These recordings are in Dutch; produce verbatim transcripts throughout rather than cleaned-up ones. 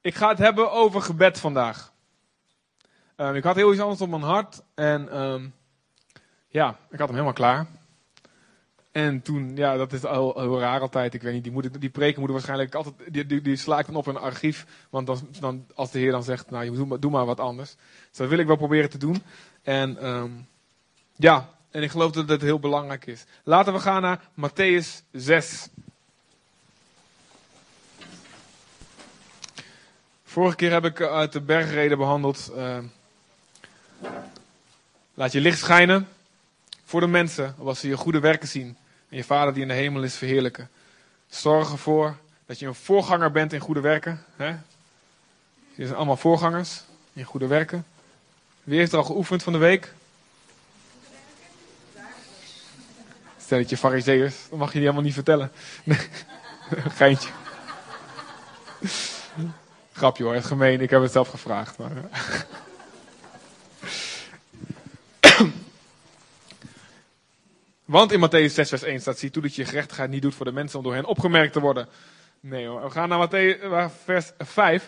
Ik ga het hebben over gebed vandaag. Um, ik had heel iets anders op mijn hart. En um, ja, ik had hem helemaal klaar. En toen, ja, dat is al heel raar altijd. Ik weet niet, die, moet ik, die preken moeten waarschijnlijk altijd, die, die, die sla ik dan op in een archief. Want dan, dan, als de Heer dan zegt, nou, je doe maar, doe maar wat anders. Dus dat wil ik wel proberen te doen. En um, ja, en ik geloof dat het heel belangrijk is. Laten we gaan naar Mattheüs zes. Vorige keer heb ik uit de bergreden behandeld. Uh, laat je licht schijnen voor de mensen, als ze je goede werken zien. En je Vader die in de hemel is verheerlijken. Zorg ervoor dat je een voorganger bent in goede werken. Hè? Jullie zijn allemaal voorgangers in goede werken. Wie heeft er al geoefend van de week? Stel dat je farizeeërs, dat mag je die helemaal niet vertellen. Nee. Geintje. Grapje hoor, het gemeen. Ik heb het zelf gevraagd. Maar... Want in Mattheüs zes vers één staat, zie toe dat je gerechtigheid niet doet voor de mensen om door hen opgemerkt te worden. Nee hoor, we gaan naar Mattheüs vers vijf.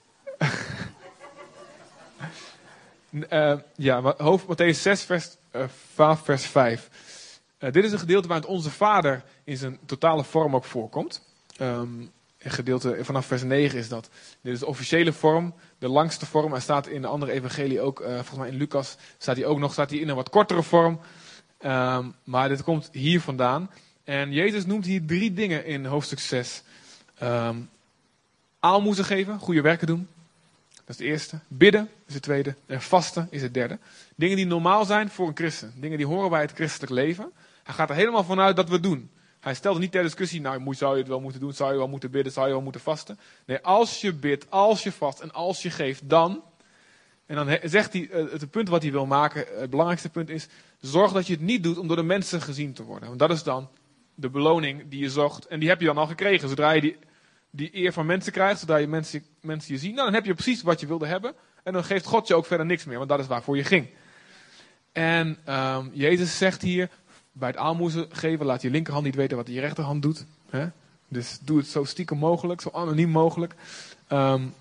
uh, ja, hoofd Mattheüs zes vers, uh, vers vijf. Uh, dit is een gedeelte waar het onze Vader in zijn totale vorm ook voorkomt. Um, een gedeelte vanaf vers negen is dat. Dit is de officiële vorm, de langste vorm. Hij staat in de andere evangelie ook, uh, volgens mij in Lucas staat hij ook nog, staat hij in een wat kortere vorm. Um, maar dit komt hier vandaan. En Jezus noemt hier drie dingen in hoofdstuk zes. Um, aalmoezen geven, goede werken doen. Dat is het eerste. Bidden is het tweede. En vasten is het derde. Dingen die normaal zijn voor een christen. Dingen die horen bij het christelijk leven. Hij gaat er helemaal vanuit dat we het doen. Hij stelt niet ter discussie, nou zou je het wel moeten doen, zou je wel moeten bidden, zou je wel moeten vasten. Nee, als je bidt, als je vast en als je geeft, dan... En dan zegt hij, het punt wat hij wil maken, het belangrijkste punt is, zorg dat je het niet doet om door de mensen gezien te worden. Want dat is dan de beloning die je zocht. En die heb je dan al gekregen. Zodra je die, die eer van mensen krijgt, zodra je mensen, mensen je zien, nou, dan heb je precies wat je wilde hebben. En dan geeft God je ook verder niks meer, want dat is waarvoor je ging. En um, Jezus zegt hier, bij het aalmoezen geven, laat je linkerhand niet weten wat je rechterhand doet. Hè? Dus doe het zo stiekem mogelijk, zo anoniem mogelijk. Um,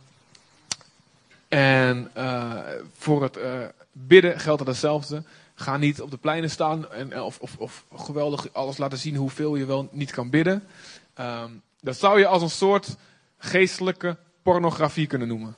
En uh, voor het uh, bidden geldt dat hetzelfde. Ga niet op de pleinen staan en, of, of, of geweldig alles laten zien hoeveel je wel niet kan bidden. Um, dat zou je als een soort geestelijke pornografie kunnen noemen.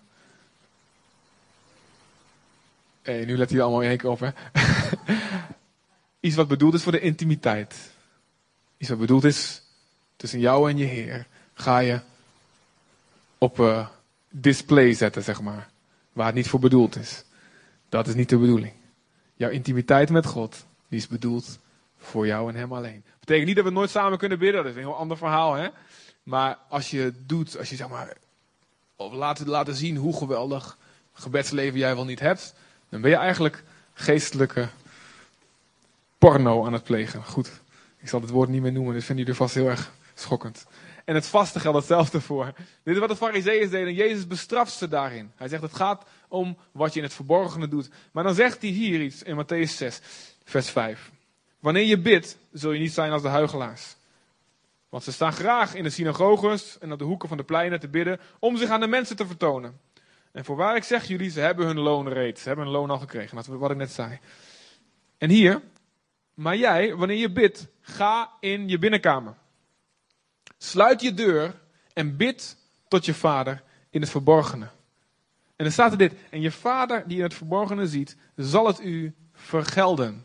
Hey, nu let hij er allemaal in één keer op, hè. Iets wat bedoeld is voor de intimiteit. Iets wat bedoeld is tussen jou en je Heer. Ga je op uh, display zetten, zeg maar. Waar het niet voor bedoeld is. Dat is niet de bedoeling. Jouw intimiteit met God, die is bedoeld voor jou en hem alleen. Dat betekent niet dat we nooit samen kunnen bidden. Dat is een heel ander verhaal, hè. Maar als je het doet, als je zeg maar, of laten, laten zien hoe geweldig gebedsleven jij wel niet hebt, dan ben je eigenlijk geestelijke porno aan het plegen. Goed, ik zal het woord niet meer noemen, dus vinden jullie vast heel erg schokkend. En het vasten geldt hetzelfde voor. Dit is wat de farizeeërs deden en Jezus bestraft ze daarin. Hij zegt het gaat om wat je in het verborgene doet. Maar dan zegt hij hier iets in Mattheüs zes vers vijf. Wanneer je bidt, zul je niet zijn als de huichelaars. Want ze staan graag in de synagoges en op de hoeken van de pleinen te bidden om zich aan de mensen te vertonen. En voorwaar ik zeg jullie, ze hebben hun loon reeds. Ze hebben hun loon al gekregen, dat is wat ik net zei. En hier, maar jij, wanneer je bidt, ga in je binnenkamer. Sluit je deur en bid tot je Vader in het verborgene. En dan staat er dit. En je Vader die in het verborgene ziet, zal het u vergelden.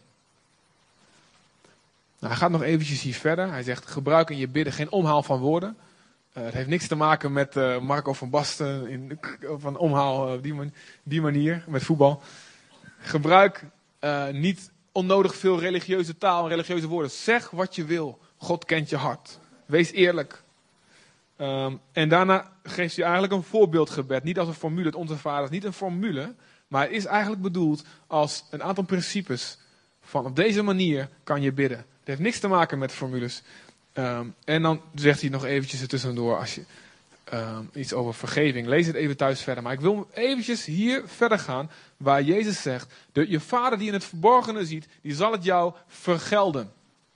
Nou, hij gaat nog eventjes hier verder. Hij zegt, gebruik in je bidden geen omhaal van woorden. Uh, het heeft niks te maken met uh, Marco van Basten in, van omhaal op uh, die, man, die manier, met voetbal. Gebruik uh, niet onnodig veel religieuze taal en religieuze woorden. Zeg wat je wil. God kent je hart. Wees eerlijk. Um, en daarna geeft hij eigenlijk een voorbeeldgebed. Niet als een formule. Het Onze Vader is niet een formule. Maar het is eigenlijk bedoeld als een aantal principes. Van op deze manier kan je bidden. Het heeft niks te maken met formules. Um, en dan zegt hij nog eventjes er tussendoor. Als je um, iets over vergeving. Lees het even thuis verder. Maar ik wil eventjes hier verder gaan. Waar Jezus zegt. De, je Vader die in het verborgene ziet. Die zal het jou vergelden.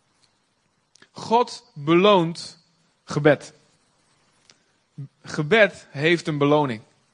God beloont gebed. Gebed heeft een beloning.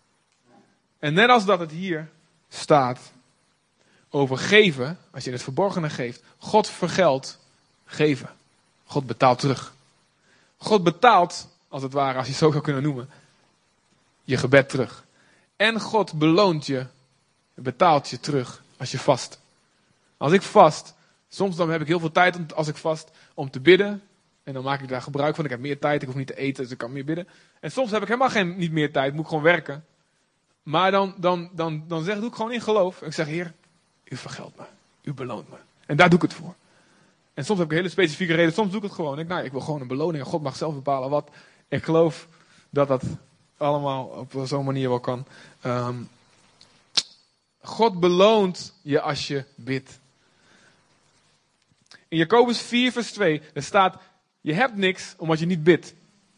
En net als dat het hier staat over geven, als je in het verborgene geeft, God vergeldt geven. God betaalt terug. God betaalt, als het ware, als je het zo zou kunnen noemen, je gebed terug. En God beloont je, betaalt je terug als je vast. Als ik vast, soms dan heb ik heel veel tijd om, als ik vast om te bidden. En dan maak ik daar gebruik van. Ik heb meer tijd, ik hoef niet te eten, dus ik kan meer bidden. En soms heb ik helemaal geen, niet meer tijd, moet ik gewoon werken. Maar dan, dan, dan, dan zeg, doe ik gewoon in geloof. En ik zeg, Heer, u vergeldt me. U beloont me. En daar doe ik het voor. En soms heb ik een hele specifieke reden. Soms doe ik het gewoon. Ik, nou, ik wil gewoon een beloning. En God mag zelf bepalen wat. Ik geloof dat dat allemaal op zo'n manier wel kan. Um, God beloont je als je bidt. In Jacobus vier vers twee. Er staat, je hebt niks omdat je niet bidt.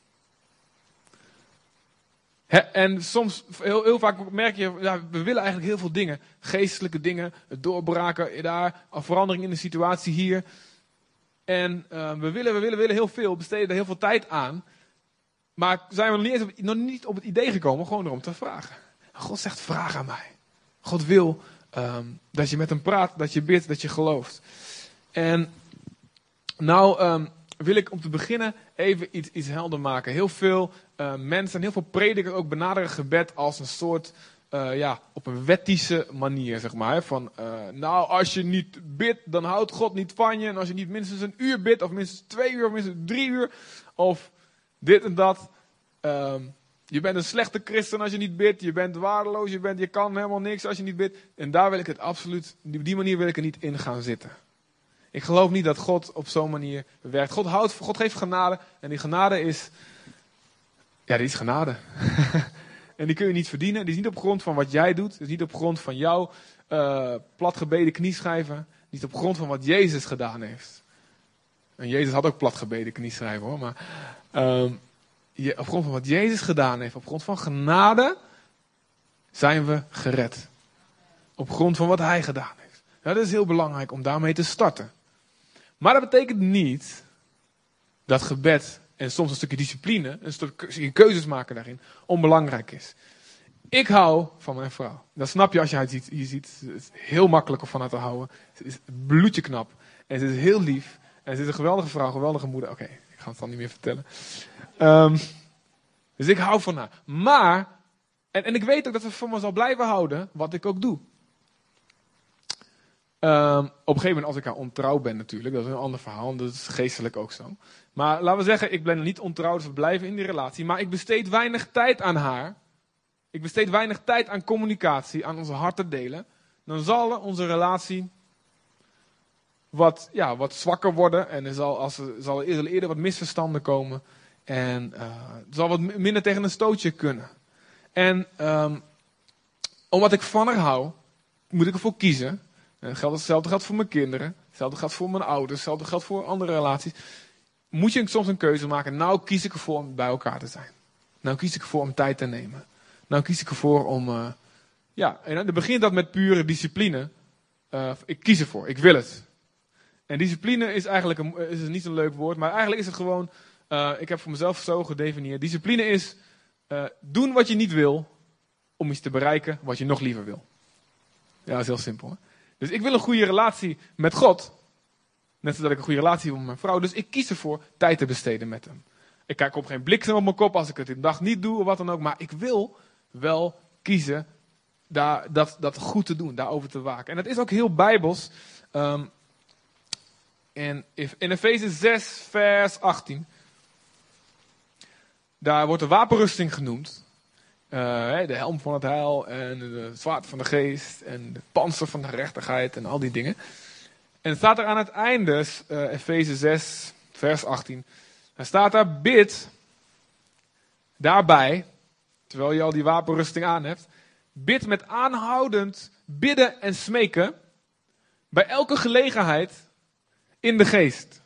He, en soms, heel, heel vaak merk je, ja, we willen eigenlijk heel veel dingen. Geestelijke dingen, het doorbraken daar, een verandering in de situatie hier. En uh, we, willen, we willen, willen heel veel, besteden er heel veel tijd aan. Maar zijn we nog niet, eens op, nog niet op het idee gekomen gewoon erom te vragen. God zegt, vraag aan mij. God wil um, dat je met hem praat, dat je bidt, dat je gelooft. En nou um, wil ik om te beginnen even iets, iets helder maken. Heel veel uh, mensen en heel veel predikers ook benaderen gebed als een soort, uh, ja, op een wettische manier, zeg maar. Van, uh, nou, als je niet bidt, dan houdt God niet van je. En als je niet minstens een uur bidt, of minstens twee uur, of minstens drie uur, of dit en dat. Um, je bent een slechte christen als je niet bidt. Je bent waardeloos, je, bent, je kan helemaal niks als je niet bidt. En daar wil ik het absoluut, op die manier wil ik er niet in gaan zitten. Ik geloof niet dat God op zo'n manier werkt. God, houdt, God geeft genade. En die genade is, ja, die is genade. En die kun je niet verdienen. Die is niet op grond van wat jij doet. Die is niet op grond van jouw uh, platgebeden knieschijven. Niet op grond van wat Jezus gedaan heeft. En Jezus had ook platgebeden knieschijven hoor. Maar um, je, op grond van wat Jezus gedaan heeft. Op grond van genade zijn we gered. Op grond van wat hij gedaan heeft. Nou, dat is heel belangrijk om daarmee te starten. Maar dat betekent niet dat gebed en soms een stukje discipline, een stukje keuzes maken daarin, onbelangrijk is. Ik hou van mijn vrouw. Dat snap je als je haar ziet. Je ziet, het is heel makkelijk om van haar te houden. Ze is bloedje knap. En ze is heel lief. En ze is een geweldige vrouw, geweldige moeder. Oké, okay, ik ga het dan niet meer vertellen. Um, dus ik hou van haar. Maar, en, en ik weet ook dat ze van me zal blijven houden, wat ik ook doe. Um, op een gegeven moment als ik haar ontrouw ben natuurlijk, dat is een ander verhaal, dat is geestelijk ook zo. Maar laten we zeggen, ik ben niet ontrouw, dus we blijven in die relatie. Maar ik besteed weinig tijd aan haar. Ik besteed weinig tijd aan communicatie, aan onze harten delen. Dan zal onze relatie wat, ja, wat zwakker worden. En er zal, als er zal eerder, eerder wat misverstanden komen. En uh, er zal wat minder tegen een stootje kunnen. En um, omdat ik van haar hou, moet ik ervoor kiezen. En hetzelfde geldt voor mijn kinderen. Hetzelfde geldt voor mijn ouders. Hetzelfde geldt voor andere relaties. Moet je soms een keuze maken. Nou kies ik ervoor om bij elkaar te zijn. Nou kies ik ervoor om tijd te nemen. Nou kies ik ervoor om... Uh, ja, en dan begint dat met pure discipline. Uh, ik kies ervoor. Ik wil het. En discipline is eigenlijk een, is niet een leuk woord. Maar eigenlijk is het gewoon... Uh, ik heb voor mezelf zo gedefinieerd. Discipline is uh, doen wat je niet wil. Om iets te bereiken wat je nog liever wil. Ja, dat is heel simpel. Hè? Dus ik wil een goede relatie met God. Net zoals ik een goede relatie heb met mijn vrouw. Dus ik kies ervoor tijd te besteden met hem. Ik kijk op geen bliksem op mijn kop als ik het een dag niet doe of wat dan ook. Maar ik wil wel kiezen daar, dat, dat goed te doen, daarover te waken. En dat is ook heel bijbels. Um, in, in Efeze zes vers achttien. Daar wordt de wapenrusting genoemd. Uh, de helm van het heil en het zwaard van de geest en de panzer van de gerechtigheid en al die dingen. En het staat er aan het einde, uh, Efeze zes, vers achttien. Er staat daar, bid daarbij, terwijl je al die wapenrusting aan hebt, bid met aanhoudend bidden en smeken bij elke gelegenheid in de geest.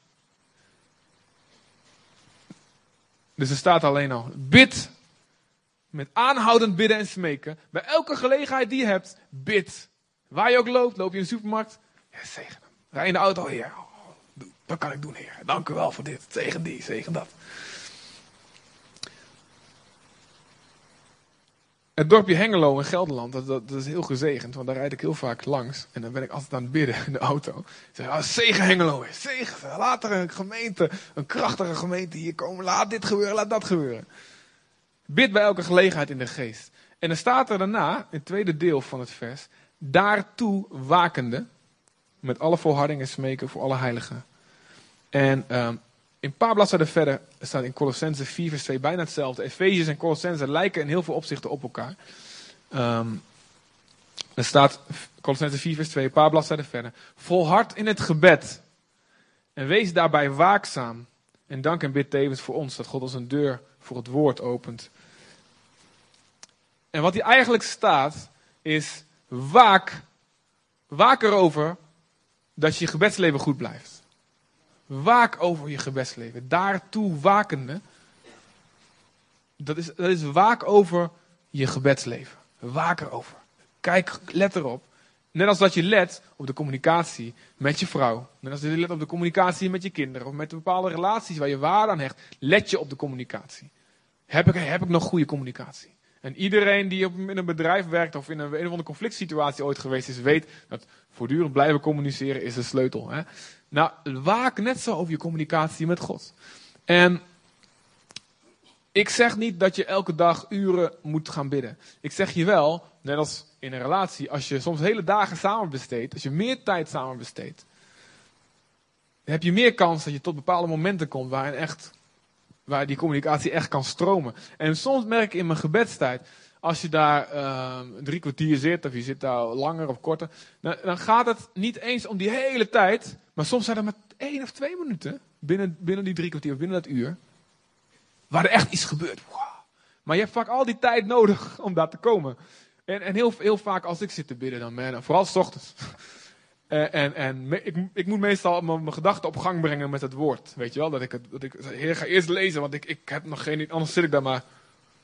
Dus er staat alleen al, bid met aanhoudend bidden en smeken. Bij elke gelegenheid die je hebt, bid. Waar je ook loopt, loop je in de supermarkt. Ja, zegen hem. Rij in de auto, Heer. Oh, dat kan ik doen, Heer. Dank u wel voor dit. Zegen die, zegen dat. Het dorpje Hengelo in Gelderland, dat, dat, dat is heel gezegend, want daar rijd ik heel vaak langs. En dan ben ik altijd aan het bidden in de auto. Ik zeg, ah, zegen Hengelo, zegen. Laat er een gemeente, een krachtige gemeente hier komen. Laat dit gebeuren, laat dat gebeuren. Bid bij elke gelegenheid in de geest. En dan staat er daarna, in het tweede deel van het vers, daartoe wakende, met alle volharding en smeken voor alle heiligen. En um, een paar bladzijden verder staat in Colossenzen vier vers twee bijna hetzelfde. Efeziërs en Colossenzen lijken in heel veel opzichten op elkaar. Um, er staat Colossenzen vier vers twee, een paar bladzijden verder. Volhard in het gebed. En wees daarbij waakzaam. En dank en bid tevens voor ons, dat God ons een deur voor het woord opent. En wat hier eigenlijk staat, is waak, waak erover dat je gebedsleven goed blijft. Waak over je gebedsleven. Daartoe wakende. Dat is, dat is waak over je gebedsleven. Waak erover. Kijk, let erop. Net als dat je let op de communicatie met je vrouw. Net als dat je let op de communicatie met je kinderen. Of met bepaalde relaties waar je waarde aan hecht. Let je op de communicatie. Heb ik, heb ik nog goede communicatie? En iedereen die op, in een bedrijf werkt of in een, een of andere conflict situatie ooit geweest is, weet dat voortdurend blijven communiceren is de sleutel. Hè? Nou, waak net zo over je communicatie met God. En ik zeg niet dat je elke dag uren moet gaan bidden. Ik zeg je wel, net als in een relatie, als je soms hele dagen samen besteedt, als je meer tijd samen besteedt, dan heb je meer kans dat je tot bepaalde momenten komt waarin echt, waar die communicatie echt kan stromen. En soms merk ik in mijn gebedstijd, als je daar uh, drie kwartier zit, of je zit daar langer of korter, dan, dan gaat het niet eens om die hele tijd, maar soms zijn er maar één of twee minuten binnen, binnen die drie kwartier, of binnen dat uur, waar er echt iets gebeurt. Wow. Maar je hebt vaak al die tijd nodig om daar te komen. En, en heel, heel vaak als ik zit te bidden, dan man, vooral 's ochtends. En, en, en me, ik, ik moet meestal mijn, mijn gedachten op gang brengen met het woord. Weet je wel, dat ik het, dat ik, heer, ga eerst lezen, want ik, ik heb nog geen, anders zit ik daar maar.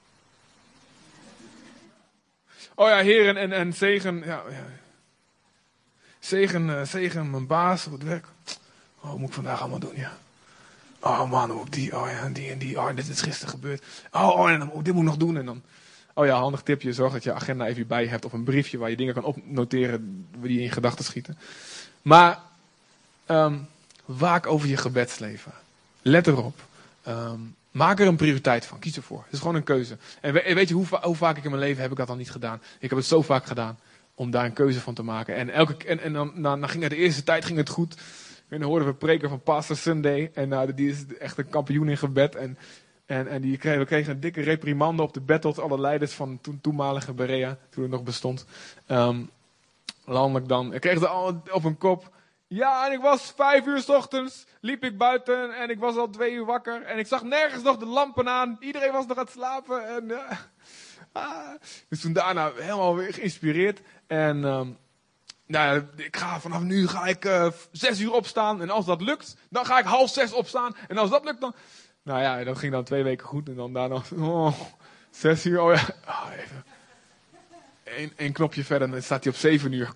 Oh ja, heer, en, en, en zegen, ja, ja. Zegen, uh, zegen mijn baas op het werk. Oh, wat moet ik vandaag allemaal doen, ja. Oh man, ook die, oh ja, die en die, oh, dit is gisteren gebeurd. Oh, oh en dan, oh, dit moet ik nog doen en dan. Oh ja, handig tipje, zorg dat je agenda even bij je hebt of een briefje waar je dingen kan opnoteren die in je gedachten schieten. Maar, um, waak over je gebedsleven. Let erop. Um, maak er een prioriteit van, kies ervoor. Het is gewoon een keuze. En we, weet je hoe, hoe vaak ik in mijn leven heb ik dat dan niet gedaan? Ik heb het zo vaak gedaan om daar een keuze van te maken. En, elke, en, en dan, dan, dan ging het de eerste tijd ging het goed. En dan hoorden we preken van Pastor Sunday. En uh, die is echt een kampioen in gebed. En, en, en die kregen, we kregen een dikke reprimande op de battles. Alle leiders van toen, toenmalige Berea. Toen het nog bestond. Um, landelijk dan. Ik kreeg ze allemaal op een kop. Ja, en ik was vijf uur 's ochtends. Liep ik buiten. En ik was al twee uur wakker. En ik zag nergens nog de lampen aan. Iedereen was nog aan het slapen. En, uh, ah. Dus toen daarna helemaal weer geïnspireerd. En... Um, Nou, ik ga vanaf nu ga ik uh, zes uur opstaan. En als dat lukt, dan ga ik half zes opstaan. En als dat lukt, dan... Nou ja, dat ging dan twee weken goed. En dan daarna... Oh, zes uur, oh ja. Oh, even. Eén, één knopje verder en dan staat hij op zeven uur.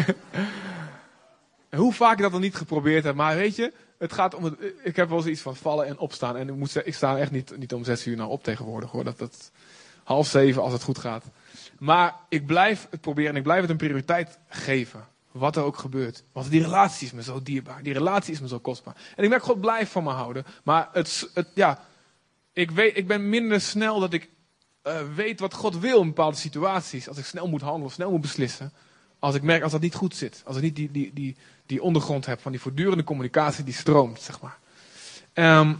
En hoe vaak ik dat dan niet geprobeerd heb. Maar weet je, het gaat om het... Ik heb wel eens iets van vallen en opstaan. En ik, moet, ik sta echt niet, niet om zes uur nou op tegenwoordig, hoor. Dat, dat, half zeven als het goed gaat. Maar ik blijf het proberen en ik blijf het een prioriteit geven. Wat er ook gebeurt. Want die relatie is me zo dierbaar. Die relatie is me zo kostbaar. En ik merk, God blijft van me houden. Maar het, het, ja, ik, weet, ik ben minder snel dat ik uh, weet wat God wil in bepaalde situaties. Als ik snel moet handelen, snel moet beslissen. Als ik merk als dat niet goed zit. Als ik niet die, die, die, die ondergrond heb van die voortdurende communicatie die stroomt, zeg maar. Um,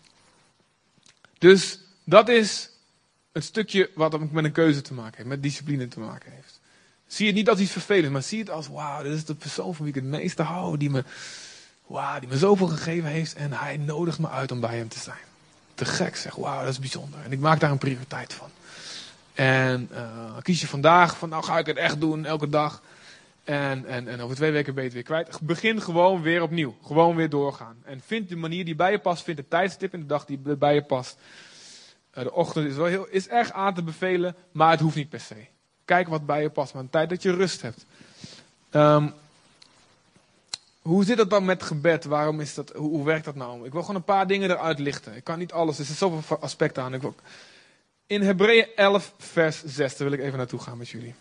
dus dat is... een stukje wat met een keuze te maken heeft, met discipline te maken heeft. Zie het niet als iets vervelends, maar zie het als, wauw, dit is de persoon van wie ik het meeste hou, die me, wauw, die me zoveel gegeven heeft en hij nodigt me uit om bij hem te zijn. Te gek zeg, wauw, dat is bijzonder. En ik maak daar een prioriteit van. En uh, kies je vandaag van, nou ga ik het echt doen, elke dag. En, en, en over twee weken ben je het weer kwijt. Begin gewoon weer opnieuw. Gewoon weer doorgaan. En vind de manier die bij je past, vind de tijdstip in de dag die bij je past. De ochtend is wel heel, is erg aan te bevelen, maar het hoeft niet per se. Kijk wat bij je past, maar een tijd dat je rust hebt. Um, hoe zit dat dan met gebed? Waarom is dat, hoe, hoe werkt dat nou? Ik wil gewoon een paar dingen eruit lichten. Ik kan niet alles, er zitten zoveel aspecten aan. Ik wil, In Hebreeën elf vers zes, daar wil ik even naartoe gaan met jullie.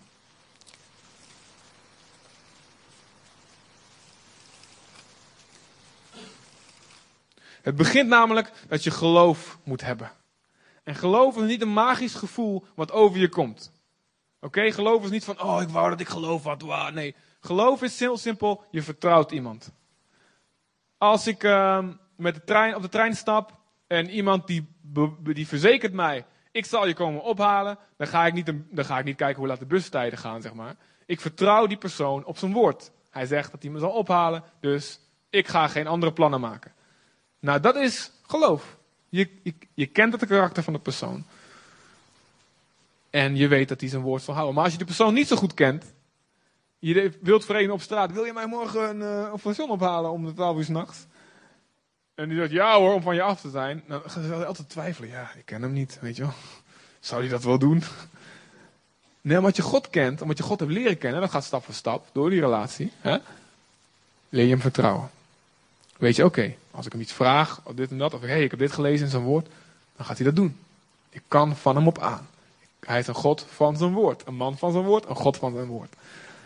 Het begint namelijk dat je geloof moet hebben. En geloof is niet een magisch gevoel wat over je komt. Oké, okay? Geloof is niet van, oh ik wou dat ik geloof had. Wow. Nee, geloof is heel simpel, je vertrouwt iemand. Als ik uh, met de trein, op de trein stap en iemand die, die verzekert mij, ik zal je komen ophalen, dan ga, ik niet, dan ga ik niet kijken hoe laat de bustijden gaan, zeg maar. Ik vertrouw die persoon op zijn woord. Hij zegt dat hij me zal ophalen, dus ik ga geen andere plannen maken. Nou, dat is geloof. Je, je, je kent het karakter van de persoon. En je weet dat hij zijn woord zal houden. Maar als je de persoon niet zo goed kent, je wilt verenigen op straat, wil je mij morgen een uh, station ophalen om de twaalf uur 's nachts? En die zegt ja hoor, om van je af te zijn. Dan ga je altijd twijfelen. Ja, ik ken hem niet, weet je wel. Zou hij dat wel doen? Nee, omdat je God kent, omdat je God hebt leren kennen, dat gaat stap voor stap, door die relatie, hè, leer je hem vertrouwen. Weet je, oké, okay, als ik hem iets vraag, of dit en dat, of hé, hey, ik heb dit gelezen in zijn woord, dan gaat hij dat doen. Ik kan van hem op aan. Hij is een God van zijn woord. Een man van zijn woord, een God van zijn woord.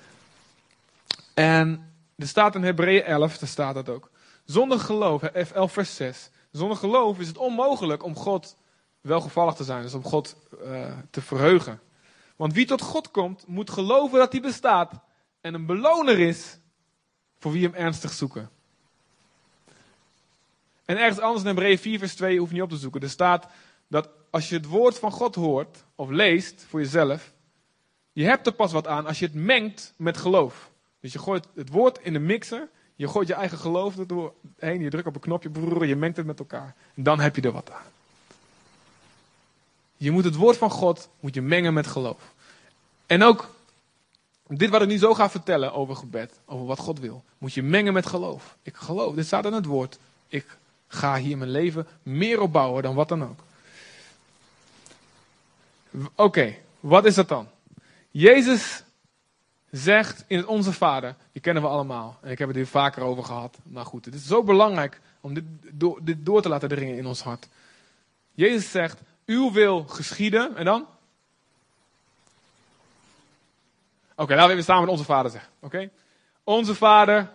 En er staat in Hebreeën elf, daar staat dat ook. Zonder geloof, elf vers zes. Zonder geloof is het onmogelijk om God welgevallig te zijn. Dus om God uh, te verheugen. Want wie tot God komt, moet geloven dat hij bestaat. En een beloner is voor wie hem ernstig zoeken. En ergens anders in Hebreeën vier vers twee hoef je niet op te zoeken. Er staat dat als je het woord van God hoort, of leest voor jezelf, je hebt er pas wat aan als je het mengt met geloof. Dus je gooit het woord in de mixer, je gooit je eigen geloof er doorheen, je drukt op een knopje, broer, je mengt het met elkaar. En dan heb je er wat aan. Je moet het woord van God moet je mengen met geloof. En ook dit wat ik nu zo ga vertellen over gebed, over wat God wil, moet je mengen met geloof. Ik geloof, dit staat in het woord. Ik ga hier mijn leven meer opbouwen dan wat dan ook. Oké, okay, wat is dat dan? Jezus zegt in het Onze Vader, die kennen we allemaal. En ik heb het hier vaker over gehad. Maar goed, het is zo belangrijk om dit door, dit door te laten dringen in ons hart. Jezus zegt, uw wil geschieden. En dan? Oké, okay, laten we even samen met Onze Vader zeggen. Oké? Okay? Onze Vader.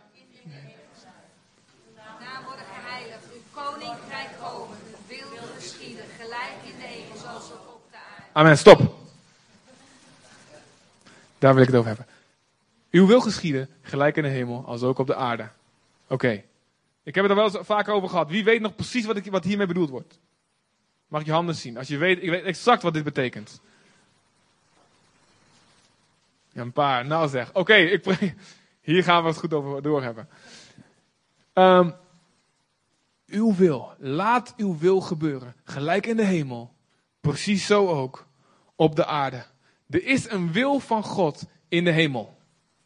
Naam worden geheiligd, uw koninkrijk komen, uw wil geschieden, gelijk in de hemel zoals op de aarde. Amen, stop. Daar wil ik het over hebben. Uw wil geschieden, gelijk in de hemel, als ook op de aarde. Oké. Okay. Ik heb het er wel eens vaker over gehad. Wie weet nog precies wat, ik, wat hiermee bedoeld wordt? Mag ik je handen zien? Als je weet, ik weet exact wat dit betekent. Ja, een paar. Nou zeg. Oké, okay, ik hier gaan we het goed over doorhebben. Um, uw wil. Laat uw wil gebeuren. Gelijk in de hemel. Precies zo ook op de aarde. Er is een wil van God in de hemel.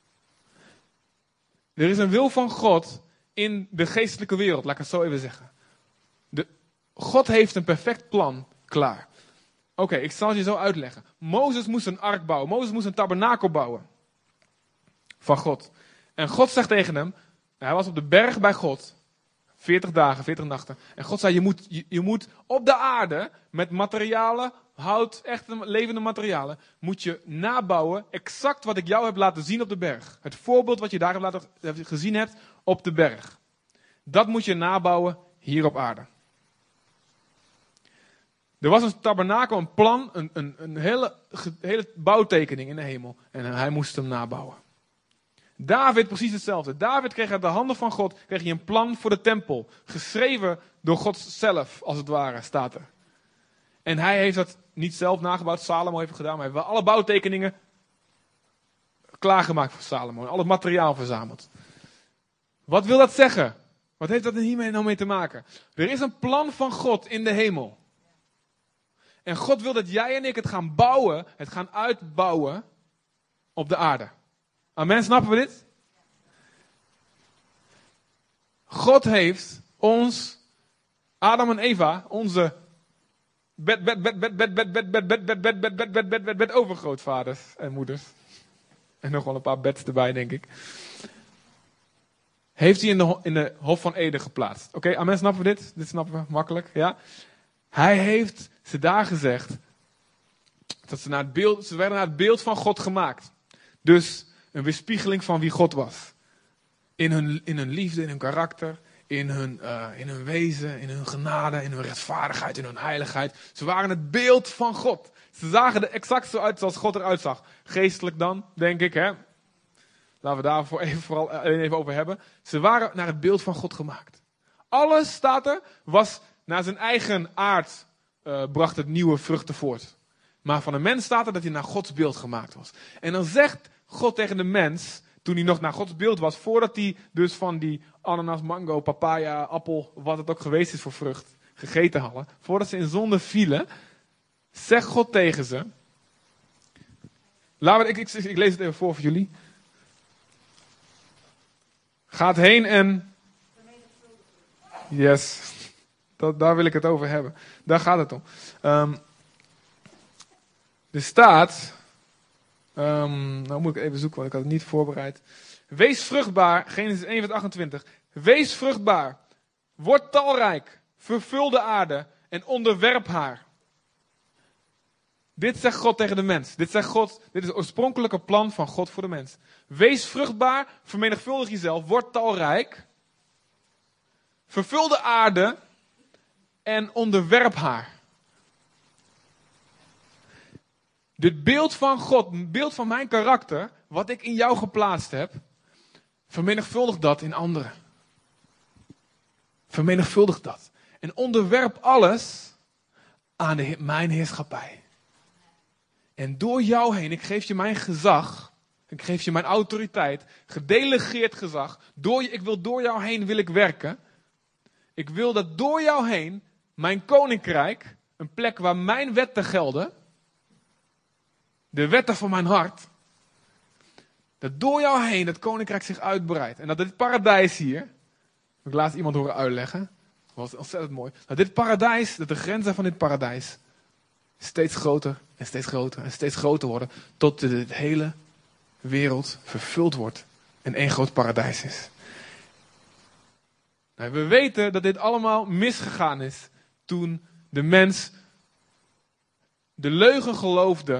Er is een wil van God in de geestelijke wereld, laat ik het zo even zeggen. De, God heeft een perfect plan klaar. Oké, okay, ik zal het je zo uitleggen. Mozes moest een ark bouwen. Mozes moest een tabernakel bouwen. Van God. En God zegt tegen hem, hij was op de berg bij God. veertig dagen, veertig nachten. En God zei, je moet, je, je moet op de aarde met materialen, hout, echte levende materialen, moet je nabouwen exact wat ik jou heb laten zien op de berg. Het voorbeeld wat je daar hebt laten, gezien hebt op de berg. Dat moet je nabouwen hier op aarde. Er was een tabernakel, een plan, een, een, een hele, hele bouwtekening in de hemel. En hij moest hem nabouwen. David precies hetzelfde. David kreeg uit de handen van God kreeg hij een plan voor de tempel. Geschreven door God zelf, als het ware, staat er. En hij heeft dat niet zelf nagebouwd. Salomo heeft het gedaan. Maar hij heeft wel alle bouwtekeningen klaargemaakt voor Salomo. En al het materiaal verzameld. Wat wil dat zeggen? Wat heeft dat hiermee nou mee te maken? Er is een plan van God in de hemel. En God wil dat jij en ik het gaan bouwen. Het gaan uitbouwen op de aarde. Amen, snappen we dit? God heeft ons, Adam en Eva, onze bed, bed, bed, bed, bed, bed, bed, bed, bed, bed, bed, bed, bed, bed, bed, bed, bed, overgrootvaders en moeders. En nog wel een paar beds erbij, denk ik. Heeft hij in de, in de Hof van Eden geplaatst. Oké, okay, amen, snappen we dit? Dit snappen we makkelijk, ja? Hij heeft ze daar gezegd, Dat ze, naar het beeld, ze werden naar het beeld van God gemaakt. Dus een weerspiegeling van wie God was. In hun, in hun liefde, in hun karakter, in hun, uh, in hun wezen, in hun genade, in hun rechtvaardigheid, in hun heiligheid. Ze waren het beeld van God. Ze zagen er exact zo uit zoals God eruit zag. Geestelijk dan, denk ik, hè. Laten we daar voor even, vooral even over hebben. Ze waren naar het beeld van God gemaakt. Alles, staat er, was naar zijn eigen aard, uh, bracht het nieuwe vruchten voort. Maar van de mens staat er dat hij naar Gods beeld gemaakt was. En dan zegt God tegen de mens, toen hij nog naar Gods beeld was, voordat hij dus van die ananas, mango, papaya, appel, wat het ook geweest is voor vrucht, gegeten hadden, voordat ze in zonde vielen, zegt God tegen ze, laten we, ik, ik, ik lees het even voor voor jullie. Gaat heen en... Yes, dat, daar wil ik het over hebben. Daar gaat het om. Um, er staat... Um, nou moet ik even zoeken, want ik had het niet voorbereid. Wees vruchtbaar, Genesis één vers achtentwintig. Wees vruchtbaar, word talrijk, vervul de aarde en onderwerp haar. Dit zegt God tegen de mens. Dit zegt God, dit is het oorspronkelijke plan van God voor de mens. Wees vruchtbaar, vermenigvuldig jezelf, word talrijk. Vervul de aarde en onderwerp haar. Dit beeld van God, een beeld van mijn karakter, wat ik in jou geplaatst heb, vermenigvuldig dat in anderen. Vermenigvuldig dat. En onderwerp alles aan de, mijn heerschappij. En door jou heen, ik geef je mijn gezag, ik geef je mijn autoriteit, gedelegeerd gezag. Door je, ik wil door jou heen wil ik werken. Ik wil dat door jou heen mijn koninkrijk, een plek waar mijn wetten gelden, de wetten van mijn hart, dat door jou heen het koninkrijk zich uitbreidt. En dat dit paradijs hier, heb ik laatst iemand horen uitleggen, dat was ontzettend mooi, dat dit paradijs, dat de grenzen van dit paradijs steeds groter en steeds groter en steeds groter worden, tot de hele wereld vervuld wordt en één groot paradijs is. Nou, we weten dat dit allemaal misgegaan is toen de mens de leugen geloofde,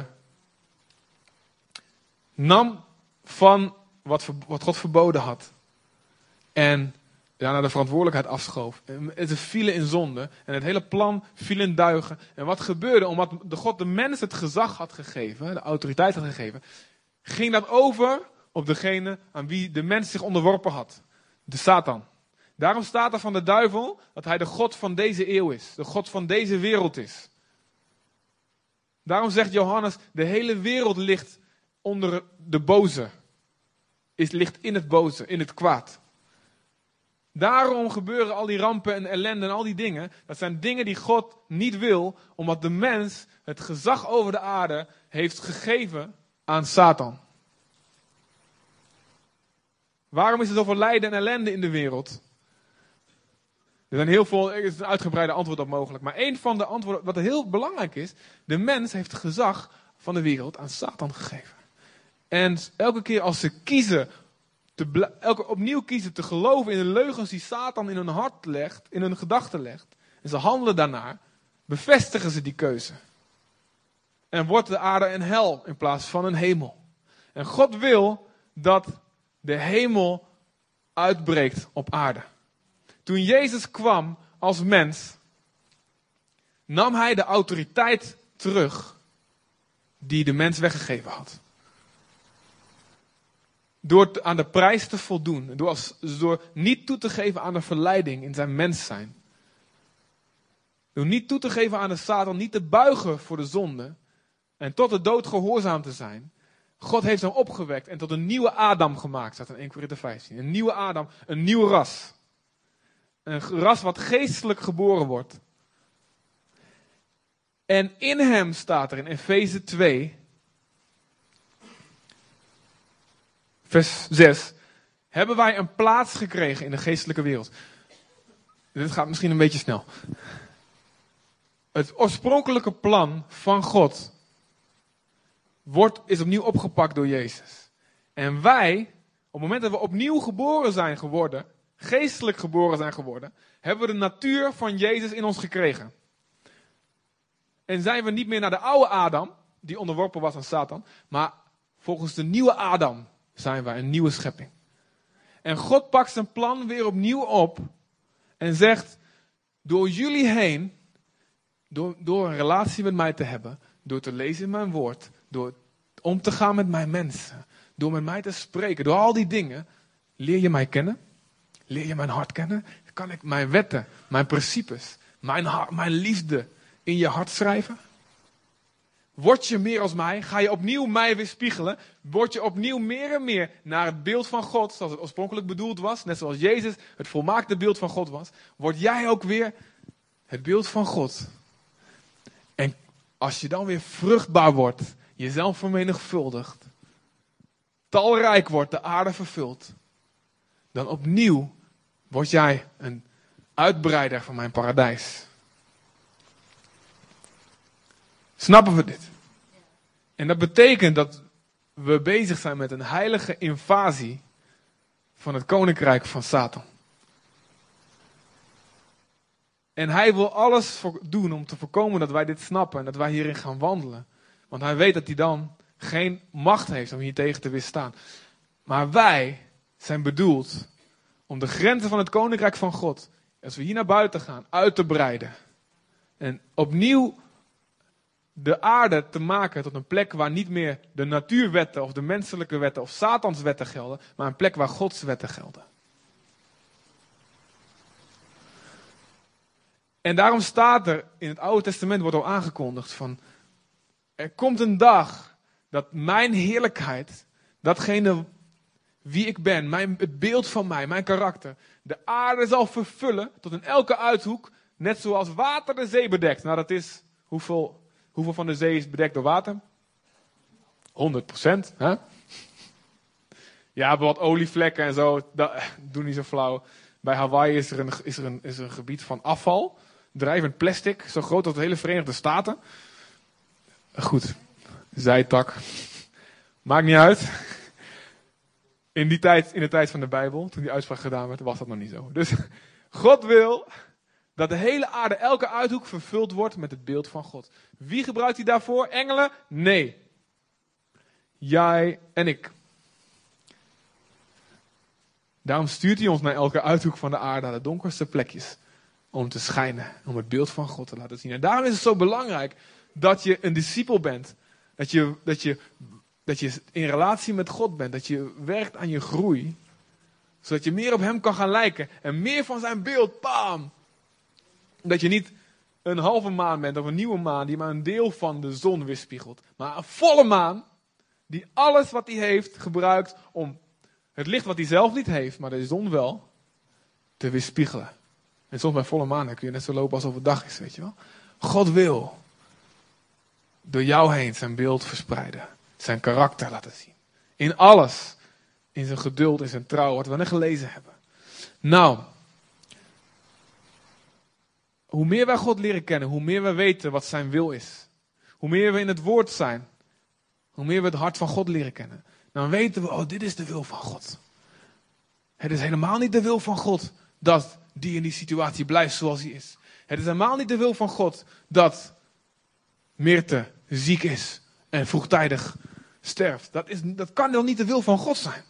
nam van wat, wat God verboden had en daarna de verantwoordelijkheid afschoof. En ze vielen in zonde en het hele plan viel in duigen. En wat gebeurde, omdat de God de mens het gezag had gegeven, de autoriteit had gegeven, ging dat over op degene aan wie de mens zich onderworpen had. De Satan. Daarom staat er van de duivel dat hij de God van deze eeuw is. De God van deze wereld is. Daarom zegt Johannes, de hele wereld ligt onder de boze. Is, ligt in het boze, in het kwaad. Daarom gebeuren al die rampen en ellende en al die dingen. Dat zijn dingen die God niet wil, omdat de mens het gezag over de aarde heeft gegeven aan Satan. Waarom is er zoveel lijden en ellende in de wereld? Er zijn heel veel, er is een uitgebreide antwoord op mogelijk. Maar een van de antwoorden, wat heel belangrijk is, de mens heeft het gezag van de wereld aan Satan gegeven. En elke keer als ze kiezen, te, elke opnieuw kiezen te geloven in de leugens die Satan in hun hart legt, in hun gedachten legt, en ze handelen daarnaar, bevestigen ze die keuze. En wordt de aarde een hel in plaats van een hemel. En God wil dat de hemel uitbreekt op aarde. Toen Jezus kwam als mens, nam hij de autoriteit terug die de mens weggegeven had. Door aan de prijs te voldoen, door, als, door niet toe te geven aan de verleiding in zijn mens zijn. Door niet toe te geven aan de Satan, niet te buigen voor de zonde en tot de dood gehoorzaam te zijn. God heeft hem opgewekt en tot een nieuwe Adam gemaakt, staat in Eerste Korinthe vijftien. Een nieuwe Adam, een nieuw ras. Een ras wat geestelijk geboren wordt. En in hem staat er in Efeze twee, vers zes, hebben wij een plaats gekregen in de geestelijke wereld. Dit gaat misschien een beetje snel. Het oorspronkelijke plan van God wordt, is opnieuw opgepakt door Jezus. En wij, op het moment dat we opnieuw geboren zijn geworden, geestelijk geboren zijn geworden, hebben we de natuur van Jezus in ons gekregen. En zijn we niet meer naar de oude Adam, die onderworpen was aan Satan. Maar volgens de nieuwe Adam zijn wij een nieuwe schepping. En God pakt zijn plan weer opnieuw op. En zegt, door jullie heen, door, door een relatie met mij te hebben, door te lezen in mijn woord, door om te gaan met mijn mensen, door met mij te spreken, door al die dingen, leer je mij kennen. Leer je mijn hart kennen? Kan ik mijn wetten, mijn principes, mijn, hart, mijn liefde in je hart schrijven? Word je meer als mij? Ga je opnieuw mij weerspiegelen? Word je opnieuw meer en meer naar het beeld van God, zoals het oorspronkelijk bedoeld was, net zoals Jezus het volmaakte beeld van God was? Word jij ook weer het beeld van God? En als je dan weer vruchtbaar wordt, jezelf vermenigvuldigt, talrijk wordt, de aarde vervult, dan opnieuw word jij een uitbreider van mijn paradijs. Snappen we dit? En dat betekent dat we bezig zijn met een heilige invasie van het koninkrijk van Satan. En hij wil alles voor doen om te voorkomen dat wij dit snappen en dat wij hierin gaan wandelen. Want hij weet dat hij dan geen macht heeft om hier tegen te weerstaan. Maar wij zijn bedoeld om de grenzen van het koninkrijk van God, als we hier naar buiten gaan, uit te breiden. En opnieuw de aarde te maken tot een plek waar niet meer de natuurwetten of de menselijke wetten of Satans wetten gelden, maar een plek waar Gods wetten gelden. En daarom staat er in het Oude Testament, wordt al aangekondigd van, er komt een dag dat mijn heerlijkheid, datgene wie ik ben, mijn, het beeld van mij, mijn karakter, de aarde zal vervullen tot in elke uithoek, net zoals water de zee bedekt. Nou, dat is, hoeveel, hoeveel van de zee is bedekt door water? honderd procent. Hè? Ja, wat olievlekken en zo, dat, doe niet zo flauw. Bij Hawaii is er een, is er een, is er een gebied van afval, drijvend plastic, zo groot als de hele Verenigde Staten. Goed, zijtak. Maakt niet uit. In die tijd, in de tijd van de Bijbel, toen die uitspraak gedaan werd, was dat nog niet zo. Dus God wil dat de hele aarde, elke uithoek vervuld wordt met het beeld van God. Wie gebruikt hij daarvoor? Engelen? Nee. Jij en ik. Daarom stuurt hij ons naar elke uithoek van de aarde, naar de donkerste plekjes. Om te schijnen, om het beeld van God te laten zien. En daarom is het zo belangrijk dat je een discipel bent. Dat je, dat je, dat je in relatie met God bent. Dat je werkt aan je groei. Zodat je meer op hem kan gaan lijken. En meer van zijn beeld, bam! Dat je niet een halve maan bent of een nieuwe maan die maar een deel van de zon weerspiegelt. Maar een volle maan die alles wat hij heeft gebruikt om het licht wat hij zelf niet heeft, maar de zon wel, te weerspiegelen. En soms bij volle maan kun je net zo lopen alsof het dag is, weet je wel. God wil door jou heen zijn beeld verspreiden. Zijn karakter laten zien. In alles. In zijn geduld, in zijn trouw, wat we net gelezen hebben. Nou, hoe meer wij God leren kennen, hoe meer we weten wat zijn wil is. Hoe meer we in het woord zijn, hoe meer we het hart van God leren kennen. Dan weten we, oh, dit is de wil van God. Het is helemaal niet de wil van God dat die in die situatie blijft zoals hij is. Het is helemaal niet de wil van God dat Meerte ziek is en vroegtijdig sterft. Dat, is, dat kan dan niet de wil van God zijn.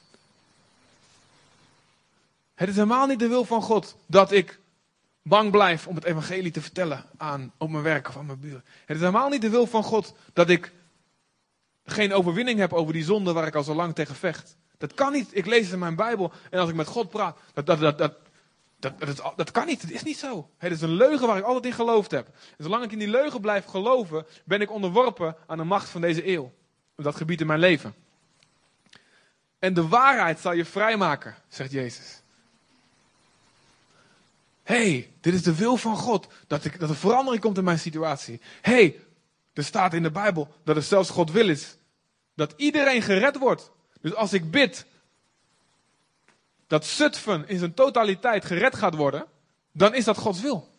Het is helemaal niet de wil van God dat ik bang blijf om het evangelie te vertellen aan, op mijn werk of aan mijn buren. Het is helemaal niet de wil van God dat ik geen overwinning heb over die zonde waar ik al zo lang tegen vecht. Dat kan niet. Ik lees het in mijn Bijbel en als ik met God praat, dat, dat, dat, dat, dat, dat, dat kan niet. Het is niet zo. Het is een leugen waar ik altijd in geloofd heb. En zolang ik in die leugen blijf geloven, ben ik onderworpen aan de macht van deze eeuw. Op dat gebied in mijn leven. En de waarheid zal je vrijmaken, zegt Jezus. Hé, hey, dit is de wil van God. Dat, ik, dat er verandering komt in mijn situatie. Hé, hey, er staat in de Bijbel dat het zelfs God wil is. Dat iedereen gered wordt. Dus als ik bid dat Zutphen in zijn totaliteit gered gaat worden, dan is dat Gods wil.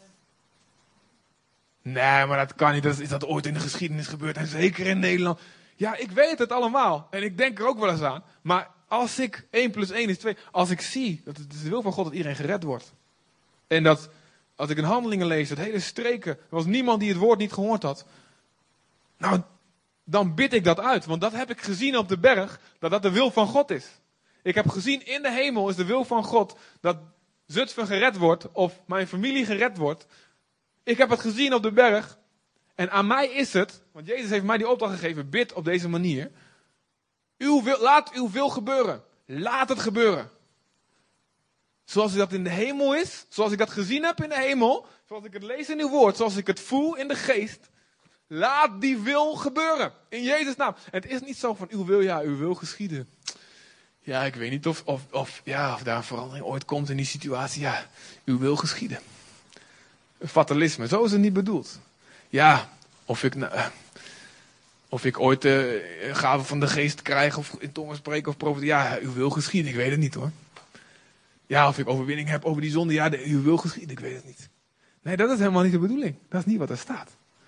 Nee, maar dat kan niet. Dat is, is dat ooit in de geschiedenis gebeurd en zeker in Nederland. Ja, ik weet het allemaal. En ik denk er ook wel eens aan. Maar als ik één plus één is twee. Als ik zie dat het de wil van God dat iedereen gered wordt. En dat als ik in Handelingen lees, dat hele streken. Er was niemand die het woord niet gehoord had. Nou, dan bid ik dat uit. Want dat heb ik gezien op de berg, dat dat de wil van God is. Ik heb gezien in de hemel is de wil van God dat Zutphen gered wordt of mijn familie gered wordt. Ik heb het gezien op de berg. En aan mij is het, want Jezus heeft mij die opdracht gegeven, bid op deze manier. Uw wil, laat uw wil gebeuren. Laat het gebeuren. Zoals dat in de hemel is, zoals ik dat gezien heb in de hemel, zoals ik het lees in uw woord, zoals ik het voel in de geest. Laat die wil gebeuren. In Jezus' naam. En het is niet zo van uw wil, ja, uw wil geschieden. Ja, ik weet niet of, of, of, ja, of daar een verandering ooit komt in die situatie. Ja, uw wil geschieden. Fatalisme, zo is het niet bedoeld. Ja, of ik, nou, of ik ooit de uh, gave van de geest krijg of in tongen spreken of profeteren. Ja, uw wil geschieden, ik weet het niet hoor. Ja, of ik overwinning heb over die zonde. Ja, de, uw wil geschieden, ik weet het niet. Nee, dat is helemaal niet de bedoeling. Dat is niet wat er staat.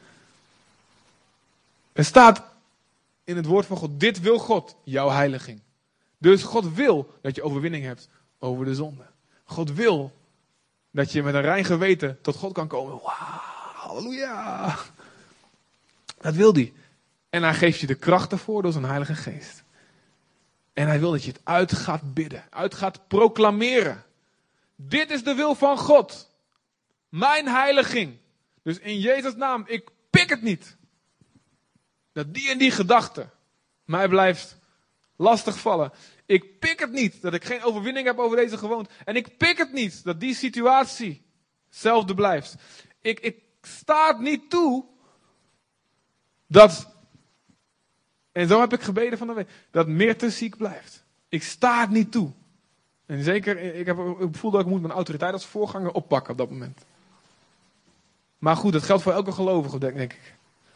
Er staat in het woord van God, dit wil God, jouw heiliging. Dus God wil dat je overwinning hebt over de zonde. God wil dat je met een rein geweten tot God kan komen. Wauw, halleluja. Dat wil hij. En hij geeft je de kracht ervoor door zijn heilige geest. En hij wil dat je het uit gaat bidden, uit gaat proclameren. Dit is de wil van God. Mijn heiliging. Dus in Jezus' naam, ik pik het niet. Dat die en die gedachte mij blijft lastigvallen. Ik pik het niet dat ik geen overwinning heb over deze gewoonte. En ik pik het niet dat die situatie hetzelfde blijft. Ik, ik sta het niet toe dat, en zo heb ik gebeden van de week, dat Meerte ziek blijft. Ik sta het niet toe. En zeker, ik, heb, ik voel dat ik moet mijn autoriteit als voorganger oppakken op dat moment. Maar goed, dat geldt voor elke gelovige, denk ik.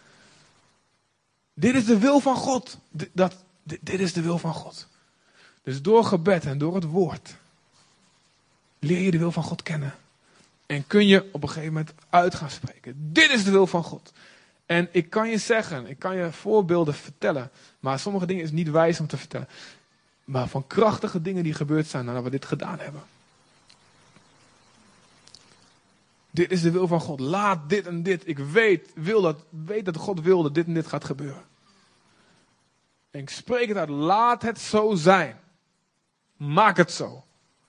Dit is de wil van God. D- dat, d- dit is de wil van God. Dus door gebed en door het woord leer je de wil van God kennen. En kun je op een gegeven moment uit gaan spreken. Dit is de wil van God. En ik kan je zeggen, ik kan je voorbeelden vertellen. Maar sommige dingen is niet wijs om te vertellen. Maar van krachtige dingen die gebeurd zijn nadat we dit gedaan hebben. Dit is de wil van God. Laat dit en dit. Ik weet, wil dat, weet dat God wil dat dit en dit gaat gebeuren. En ik spreek het uit. Laat het zo zijn. Maak het zo.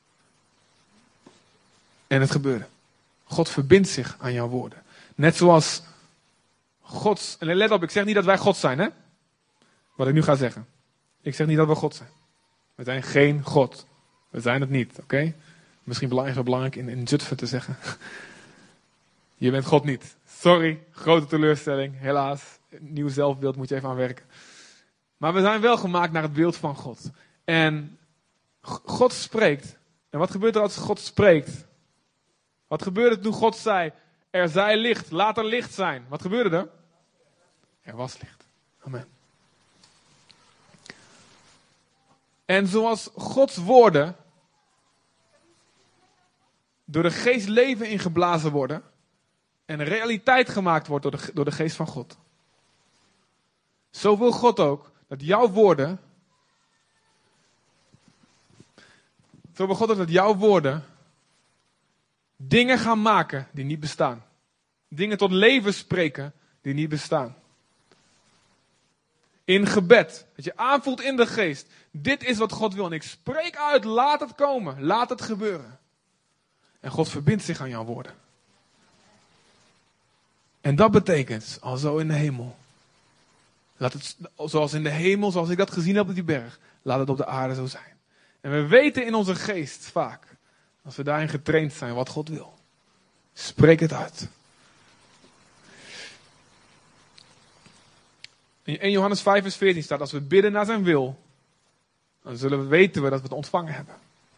En het gebeurde. God verbindt zich aan jouw woorden. Net zoals Gods... En let op, ik zeg niet dat wij God zijn, hè? Wat ik nu ga zeggen. Ik zeg niet dat we God zijn. We zijn geen God. We zijn het niet, oké? Okay? Misschien belangrijk, zo belangrijk in, in Zutphen te zeggen. Je bent God niet. Sorry, grote teleurstelling, helaas. Nieuw zelfbeeld moet je even aan werken. Maar we zijn wel gemaakt naar het beeld van God. En God spreekt. En wat gebeurt er als God spreekt? Wat gebeurde toen God zei, er zij licht, laat er licht zijn. Wat gebeurde er? Er was licht. Amen. En zoals Gods woorden door de geest leven ingeblazen worden en realiteit gemaakt wordt door de, door de geest van God. Zo wil God ook dat jouw woorden, zo wil God ook dat jouw woorden dingen gaan maken die niet bestaan. Dingen tot leven spreken die niet bestaan. In gebed, dat je aanvoelt in de geest. Dit is wat God wil. En ik spreek uit, laat het komen. Laat het gebeuren. En God verbindt zich aan jouw woorden. En dat betekent, al zo in de hemel. Laat het, zoals in de hemel, zoals ik dat gezien heb op die berg. Laat het op de aarde zo zijn. En we weten in onze geest vaak, als we daarin getraind zijn, wat God wil. Spreek het uit. In Johannes vijf vers veertien staat, als we bidden naar zijn wil, dan zullen we weten we dat we het ontvangen hebben.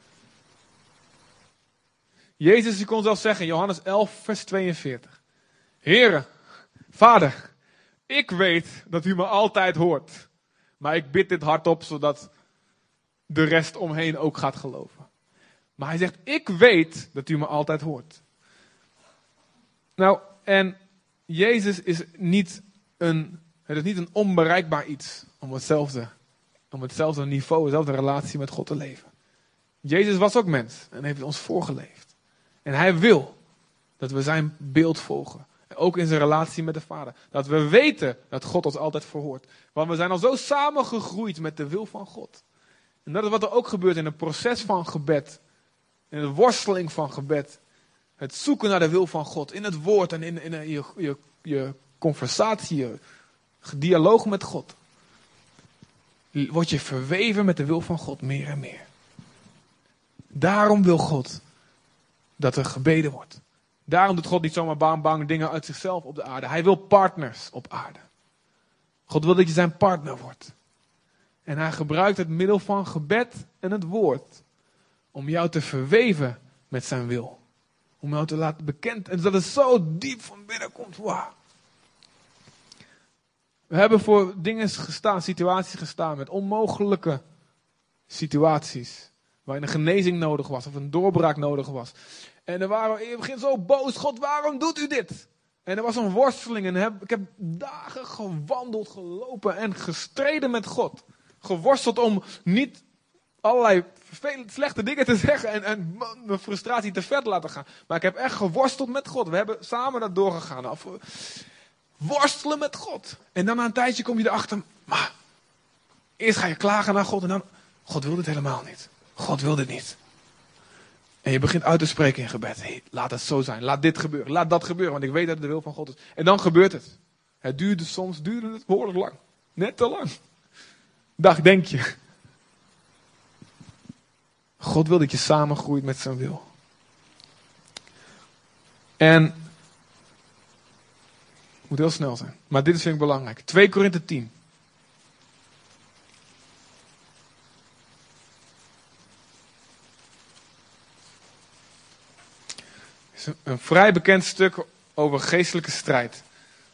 Jezus die kon zelfs zeggen in Johannes elf vers tweeënveertig. Heere, Vader, ik weet dat u me altijd hoort. Maar ik bid dit hardop zodat de rest omheen ook gaat geloven. Maar hij zegt, ik weet dat u me altijd hoort. Nou, en Jezus is niet een, het is niet een onbereikbaar iets om hetzelfde, om hetzelfde niveau, dezelfde relatie met God te leven. Jezus was ook mens en heeft ons voorgeleefd. En hij wil dat we zijn beeld volgen. Ook in zijn relatie met de Vader. Dat we weten dat God ons altijd verhoort. Want we zijn al zo samengegroeid met de wil van God. En dat is wat er ook gebeurt in het proces van gebed. In de worsteling van gebed. Het zoeken naar de wil van God. In het woord en in, in je, je, je conversatie, je dialoog met God. Word je verweven met de wil van God meer en meer. Daarom wil God dat er gebeden wordt. Daarom doet God niet zomaar bang bang dingen uit zichzelf op de aarde. Hij wil partners op aarde. God wil dat je zijn partner wordt. En hij gebruikt het middel van gebed en het woord. Om jou te verweven met zijn wil. Om jou te laten bekend. En dat het zo diep van binnen komt. Wow. We hebben voor dingen gestaan, situaties gestaan. Met onmogelijke situaties. Waarin een genezing nodig was. Of een doorbraak nodig was. En er waren in het begin zo boos. God, waarom doet u dit? En er was een worsteling. En heb, ik heb dagen gewandeld, gelopen en gestreden met God. Geworsteld om niet allerlei vervelend slechte dingen te zeggen. En, en mijn frustratie te ver te laten gaan. Maar ik heb echt geworsteld met God. We hebben samen dat doorgegaan. Of, worstelen met God. En dan na een tijdje kom je erachter. Maar eerst ga je klagen naar God. En dan, God wil dit helemaal niet. God wil dit niet. En je begint uit te spreken in gebed. Hey, laat het zo zijn. Laat dit gebeuren. Laat dat gebeuren. Want ik weet dat het de wil van God is. En dan gebeurt het. Het duurde soms duurde het behoorlijk lang. Net te lang. Dag, denk je. God wil dat je samengroeit met zijn wil. En het moet heel snel zijn. Maar dit is vind ik belangrijk. twee Korinthe tien. Een vrij bekend stuk over geestelijke strijd.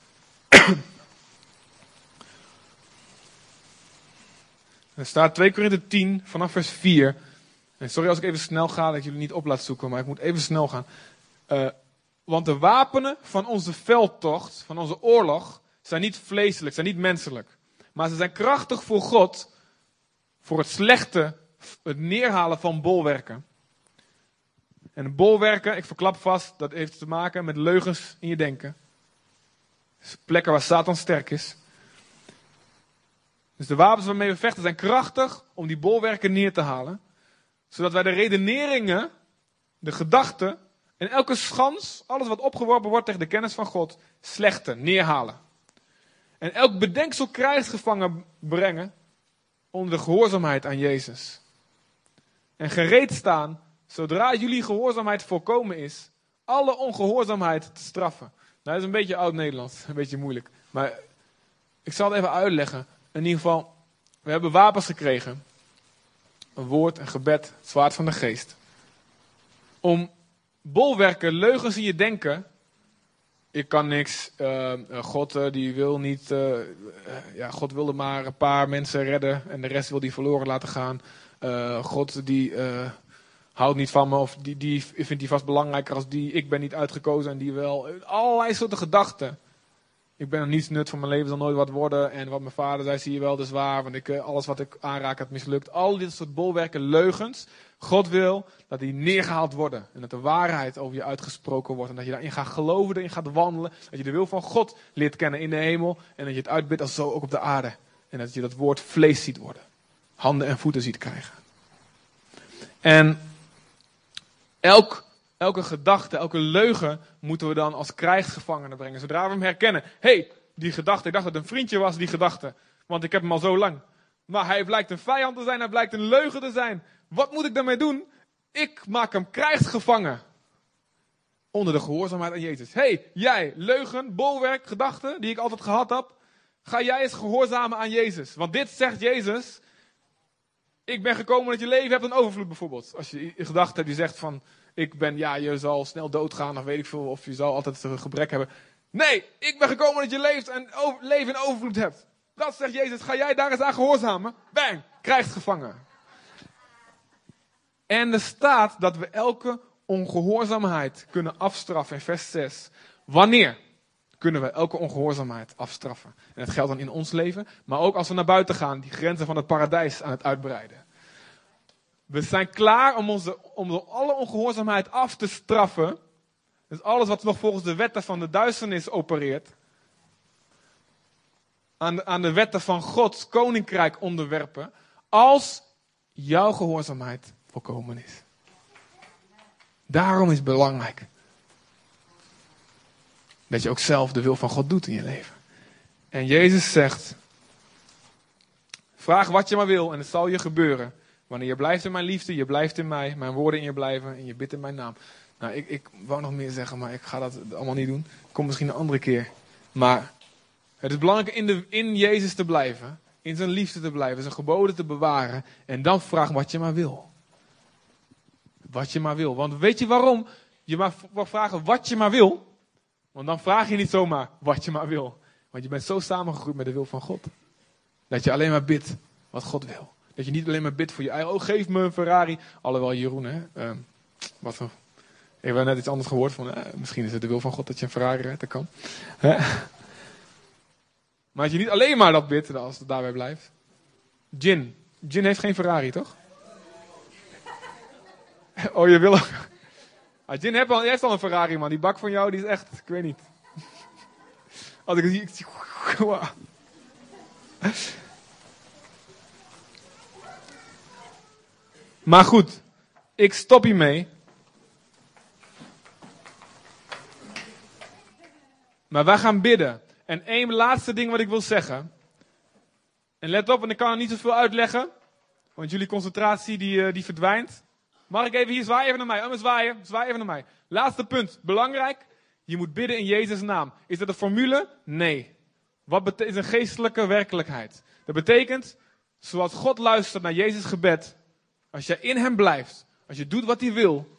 Er staat twee Korinthe tien vanaf vers vier. En sorry als ik even snel ga, dat ik jullie niet op laat zoeken, maar ik moet even snel gaan. Uh, want de wapenen van onze veldtocht, van onze oorlog, zijn niet vleeselijk, zijn niet menselijk. Maar ze zijn krachtig voor God, voor het slechte, het neerhalen van bolwerken. En bolwerken, ik verklap vast, dat heeft te maken met leugens in je denken. Dus plekken waar Satan sterk is. Dus de wapens waarmee we vechten zijn krachtig om die bolwerken neer te halen. Zodat wij de redeneringen, de gedachten en elke schans, alles wat opgeworpen wordt tegen de kennis van God, slechten, neerhalen. En elk bedenksel krijgsgevangen brengen onder de gehoorzaamheid aan Jezus. En gereed staan, zodra jullie gehoorzaamheid volkomen is, alle ongehoorzaamheid te straffen. Nou, dat is een beetje oud-Nederlands, een beetje moeilijk. Maar ik zal het even uitleggen. In ieder geval, we hebben wapens gekregen. Een woord, een gebed, het zwaard van de geest. Om bolwerken, leugens in je denken. Ik kan niks. Uh, God uh, die wil niet. Uh, uh, ja, God wilde maar een paar mensen redden. En de rest wil die verloren laten gaan. Uh, God die uh, houdt niet van me. Of die, die vindt die vast belangrijker als die. Ik ben niet uitgekozen en die wel. Allerlei soorten gedachten. Ik ben er niets nut van mijn leven, zal nooit wat worden. En wat mijn vader zei, zie je wel, dat is waar. Want ik, alles wat ik aanraak, het mislukt. Al dit soort bolwerken, leugens. God wil dat die neergehaald worden. En dat de waarheid over je uitgesproken wordt. En dat je daarin gaat geloven, erin gaat wandelen. Dat je de wil van God leert kennen in de hemel. En dat je het uitbidt als zo ook op de aarde. En dat je dat woord vlees ziet worden. Handen en voeten ziet krijgen. En elk... Elke gedachte, elke leugen moeten we dan als krijgsgevangene brengen. Zodra we hem herkennen. Hé, hey, die gedachte, ik dacht dat het een vriendje was, die gedachte. Want ik heb hem al zo lang. Maar hij blijkt een vijand te zijn, hij blijkt een leugen te zijn. Wat moet ik daarmee doen? Ik maak hem krijgsgevangen. Onder de gehoorzaamheid aan Jezus. Hé, hey, jij, leugen, bolwerk, gedachte, die ik altijd gehad heb. Ga jij eens gehoorzamen aan Jezus. Want dit zegt Jezus. Ik ben gekomen dat je leven hebt een overvloed bijvoorbeeld. Als je een gedachte hebt die zegt van... Ik ben, ja, je zal snel doodgaan of weet ik veel. Of je zal altijd een gebrek hebben. Nee, ik ben gekomen dat je leeft en over, leven in overvloed hebt. Dat zegt Jezus. Ga jij daar eens aan gehoorzamen? Bang, krijgt gevangen. En er staat dat we elke ongehoorzaamheid kunnen afstraffen in vers zes. Wanneer kunnen we elke ongehoorzaamheid afstraffen? En dat geldt dan in ons leven. Maar ook als we naar buiten gaan. Die grenzen van het paradijs aan het uitbreiden. We zijn klaar om, onze, om alle ongehoorzaamheid af te straffen. Dus alles wat nog volgens de wetten van de duisternis opereert, aan de, aan de wetten van Gods koninkrijk onderwerpen, als jouw gehoorzaamheid volkomen is. Daarom is het belangrijk dat je ook zelf de wil van God doet in je leven. En Jezus zegt, vraag wat je maar wil en het zal je gebeuren. Wanneer je blijft in mijn liefde, je blijft in mij, mijn woorden in je blijven en je bidt in mijn naam. Nou, ik, ik wou nog meer zeggen, maar ik ga dat allemaal niet doen. Kom misschien een andere keer. Maar het is belangrijk in, de, in Jezus te blijven, in zijn liefde te blijven, zijn geboden te bewaren. En dan vraag wat je maar wil. Wat je maar wil. Want weet je waarom je maar mag vragen wat je maar wil? Want dan vraag je niet zomaar wat je maar wil. Want je bent zo samengegroeid met de wil van God. Dat je alleen maar bidt wat God wil. Dat je niet alleen maar bidt voor je eigen, oh geef me een Ferrari. Alhoewel Jeroen, hè. Uh, wat voor, ik heb net iets anders gehoord. Van, uh, misschien is het de wil van God dat je een Ferrari rijdt. Dat kan. Maar als je niet alleen maar dat bidt, als het daarbij blijft. Jin. Jin heeft geen Ferrari, toch? Oh, je wil ook. Ah, Jin heeft al, heeft al een Ferrari, man. Die bak van jou, die is echt, ik weet niet. Als ik het zie, ik zie. Wow. Maar goed, ik stop hiermee. Maar wij gaan bidden. En één laatste ding wat ik wil zeggen. En let op, en ik kan er niet zoveel uitleggen. Want jullie concentratie die, uh, die verdwijnt. Mag ik even hier zwaaien? Even naar mij. Oh, zwaaien. Zwaai even naar mij. Laatste punt. Belangrijk. Je moet bidden in Jezus' naam. Is dat een formule? Nee. Wat bete- is een geestelijke werkelijkheid? Dat betekent, zoals God luistert naar Jezus' gebed. Als je in hem blijft. Als je doet wat hij wil.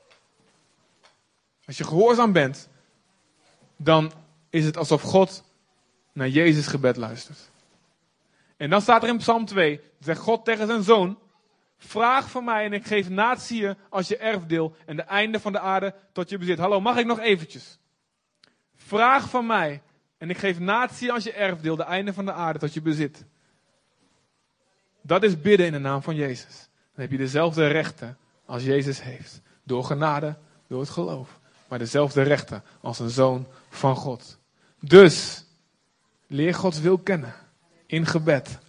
Als je gehoorzaam bent. Dan is het alsof God naar Jezus' gebed luistert. En dan staat er in Psalm twee. Zegt God tegen zijn zoon. Vraag van mij en ik geef natieën als je erfdeel. En de einde van de aarde tot je bezit. Hallo, mag ik nog eventjes? Vraag van mij en ik geef natieën als je erfdeel. De einde van de aarde tot je bezit. Dat is bidden in de naam van Jezus. Dan heb je dezelfde rechten als Jezus heeft. Door genade, door het geloof. Maar dezelfde rechten als een zoon van God. Dus, leer Gods wil kennen. In gebed.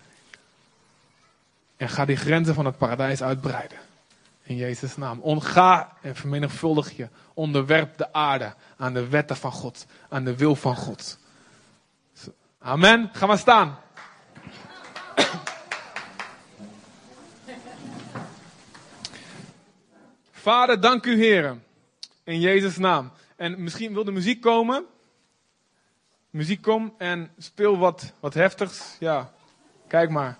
En ga die grenzen van het paradijs uitbreiden. In Jezus' naam. Ontga en vermenigvuldig je. Onderwerp de aarde aan de wetten van God. Aan de wil van God. Amen. Ga maar staan. Vader, dank u heren. In Jezus' naam. En misschien wil de muziek komen. Muziek kom en speel wat, wat heftigs. Ja, kijk maar.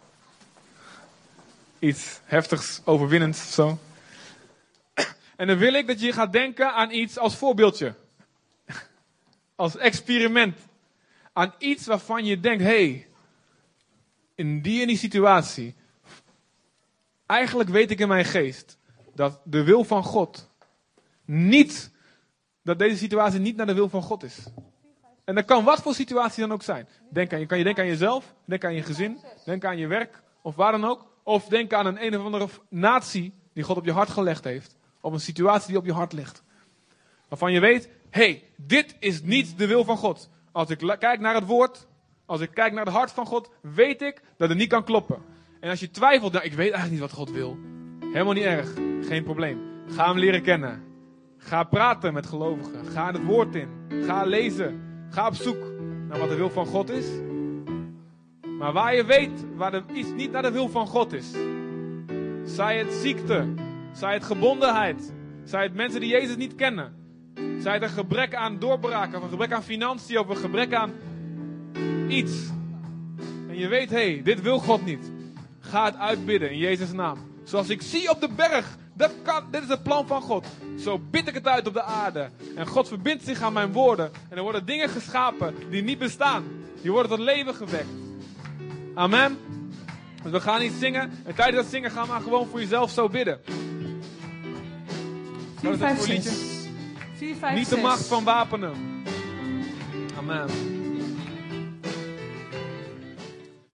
Iets heftigs, overwinnends of zo. En dan wil ik dat je gaat denken aan iets als voorbeeldje. Als experiment. Aan iets waarvan je denkt, hé, hey, in die en die situatie. Eigenlijk weet ik in mijn geest dat de wil van God niet, dat deze situatie niet naar de wil van God is. En dat kan wat voor situatie dan ook zijn. Denk aan, kan je denken aan jezelf, denk aan je gezin, denk aan je werk of waar dan ook. Of denk aan een een of andere natie die God op je hart gelegd heeft. Op een situatie die op je hart ligt. Waarvan je weet, hé, hey, dit is niet de wil van God. Als ik kijk naar het woord, als ik kijk naar het hart van God, weet ik dat het niet kan kloppen. En als je twijfelt, nou, ik weet eigenlijk niet wat God wil. Helemaal niet erg, geen probleem. Ga hem leren kennen. Ga praten met gelovigen. Ga het woord in. Ga lezen. Ga op zoek naar wat de wil van God is. Maar waar je weet, waar er iets niet naar de wil van God is. Zij het ziekte. Zij het gebondenheid. Zij het mensen die Jezus niet kennen. Zij het een gebrek aan doorbraak. Of een gebrek aan financiën. Of een gebrek aan iets. En je weet, hé, hey, dit wil God niet. Ga het uitbidden in Jezus' naam. Zoals ik zie op de berg. Dat kan, dit is het plan van God. Zo bid ik het uit op de aarde. En God verbindt zich aan mijn woorden. En er worden dingen geschapen die niet bestaan. Die worden tot leven gewekt. Amen. Dus we gaan niet zingen. En tijdens dat zingen gaan we maar gewoon voor jezelf zo bidden. vier, vijf, zes. vier, vijf, Niet de macht van wapenen. Amen.